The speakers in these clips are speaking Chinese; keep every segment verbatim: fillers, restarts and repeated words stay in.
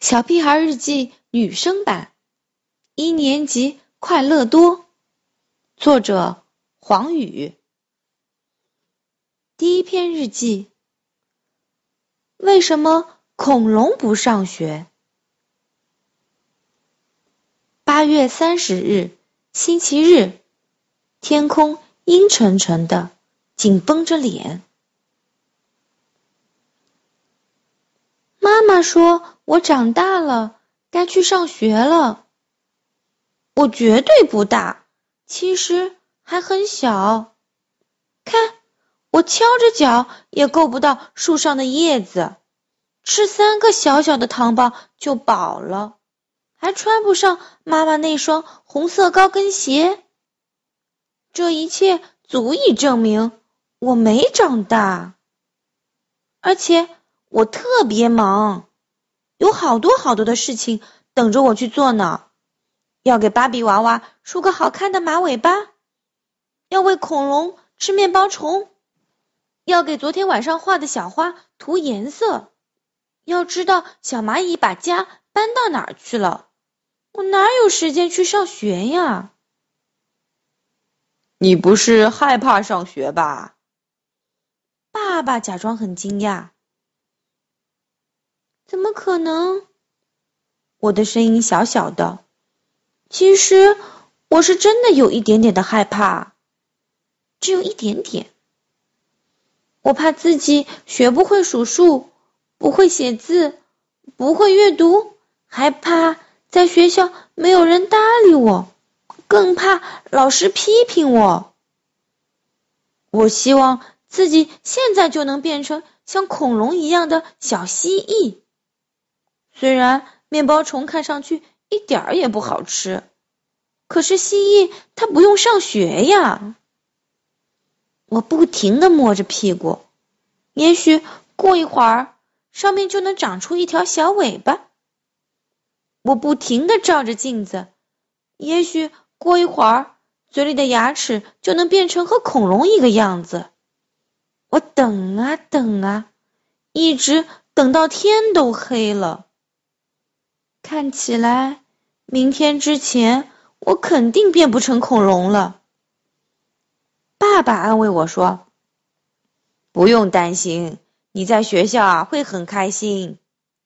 小屁孩日记女生版，一年级快乐多，作者黄宇。第一篇日记：为什么恐龙不上学？八月三十日，星期日，天空阴沉沉的，紧绷着脸。妈妈说我长大了，该去上学了。我绝对不大，其实还很小。看，我敲着脚也够不到树上的叶子，吃三个小小的糖包就饱了，还穿不上妈妈那双红色高跟鞋。这一切足以证明我没长大，而且我特别忙，有好多好多的事情等着我去做呢。要给芭比娃娃梳个好看的马尾巴，要喂恐龙吃面包虫，要给昨天晚上画的小花涂颜色，要知道小蚂蚁把家搬到哪儿去了。我哪有时间去上学呀？ 你不是害怕上学吧？ 爸爸假装很惊讶。怎么可能？我的声音小小的。其实我是真的有一点点的害怕，只有一点点。我怕自己学不会数数，不会写字，不会阅读，还怕在学校没有人搭理我，更怕老师批评我。我希望自己现在就能变成像恐龙一样的小蜥蜴。虽然面包虫看上去一点儿也不好吃，可是蜥蜴它不用上学呀。我不停地摸着屁股，也许过一会儿上面就能长出一条小尾巴。我不停地照着镜子，也许过一会儿嘴里的牙齿就能变成和恐龙一个样子。我等啊等啊，一直等到天都黑了。看起来明天之前我肯定变不成恐龙了。爸爸安慰我说， 不用担心，你在学校啊会很开心。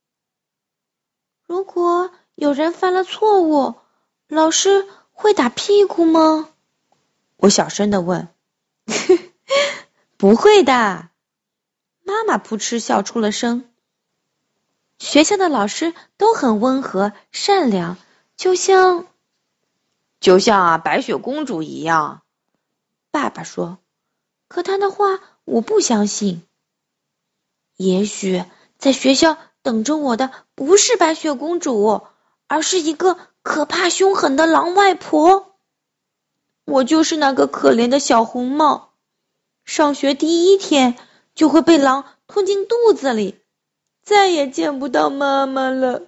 如果有人犯了错误，老师会打屁股吗？我小声地问。不会的，妈妈扑哧笑出了声。学校的老师都很温和善良，就像就像啊白雪公主一样。 爸爸说，可他的话我不相信。也许在学校等着我的不是白雪公主，而是一个可怕凶狠的狼外婆。我就是那个可怜的小红帽，上学第一天就会被狼吞进肚子里，再也见不到妈妈了。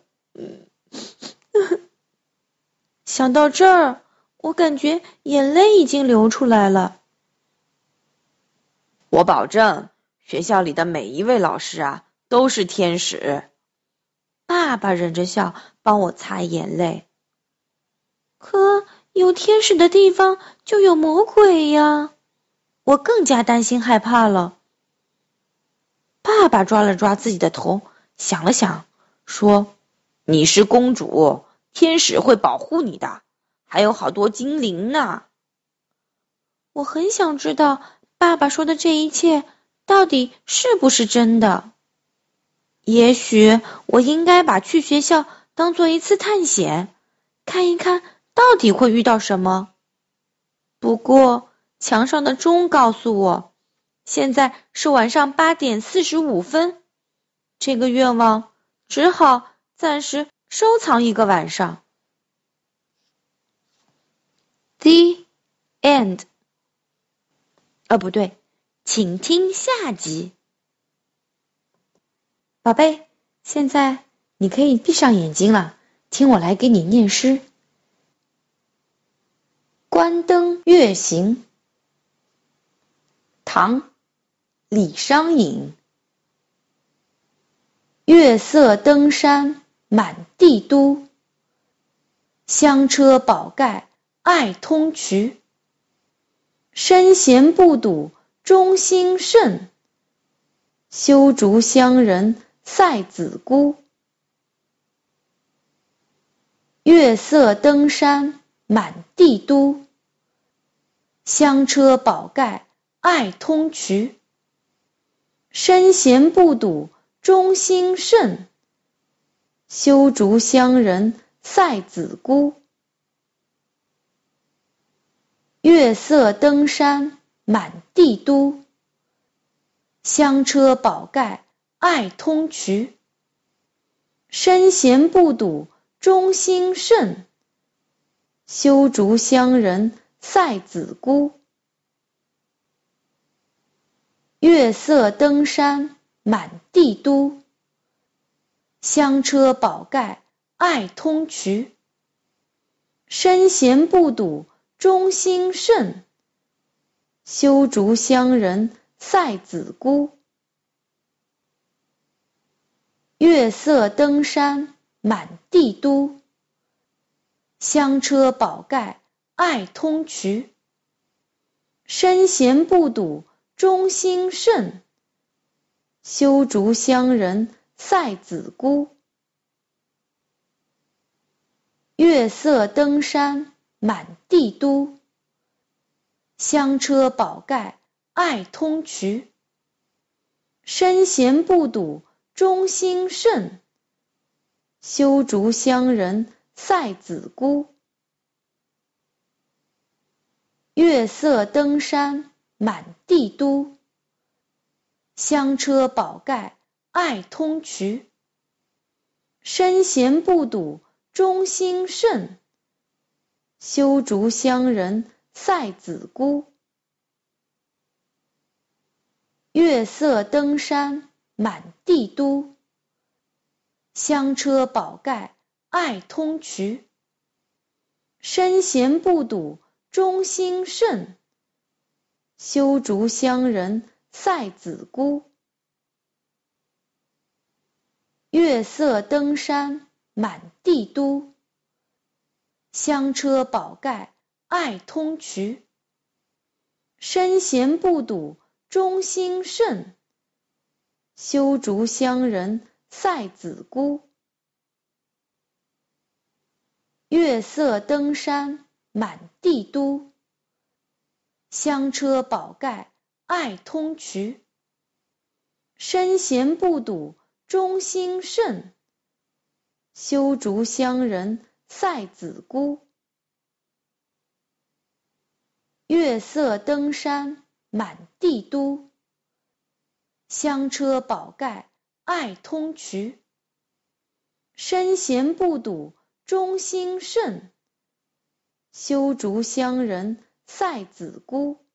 想到这儿，我感觉眼泪已经流出来了。 我保证，学校里的每一位老师啊，都是天使。 爸爸忍着笑帮我擦眼泪。可有天使的地方就有魔鬼呀，我更加担心害怕了。爸爸抓了抓自己的头，想了想，说， 你是公主，天使会保护你的，还有好多精灵呢。 我很想知道爸爸说的这一切到底是不是真的。也许我应该把去学校当做一次探险，看一看到底会遇到什么。不过墙上的钟告诉我，现在是晚上八点四十五分，这个愿望只好暂时收藏一个晚上。The end。哦，不对，请听下集。宝贝，现在你可以闭上眼睛了，听我来给你念诗。关灯月行，唐，李商隐。月色登山满地都。香车宝盖爱通衢，身闲不睹忠心甚，修竹乡人赛子姑。月色登山满地都，香车宝盖爱通衢，身闲不睹忠心甚，修竹乡人赛子姑。月色登山满地都，香车宝盖爱通衢，身闲不睹忠心甚，修竹乡人赛子姑。月色登山满地都，香车宝盖爱通衢，身闲不睹忠心甚，修竹乡人赛子姑。月色登山满地都，香车宝盖爱通衢，身闲不睹忠心甚，修竹乡人赛子姑。月色登山满地都，香车宝盖爱通衢，身闲不睹忠心甚，修竹乡人赛子姑。月色登山满地都，香车宝盖爱通衢，身闲不睹忠心甚，修竹乡人赛子姑。月色登山满地都，香车宝盖爱通衢，身闲不睹忠心甚，修竹乡人赛子姑。月色登山满地都，香车宝盖爱通衢，身闲不睹忠心甚，修竹乡人赛子姑。月色登山满地都，香车宝盖爱通衢，身闲不睹忠心甚，修竹乡人赛子姑。月色登山满地都，香车宝盖爱通衢，身闲不睹忠心甚，修竹乡人赛子姑。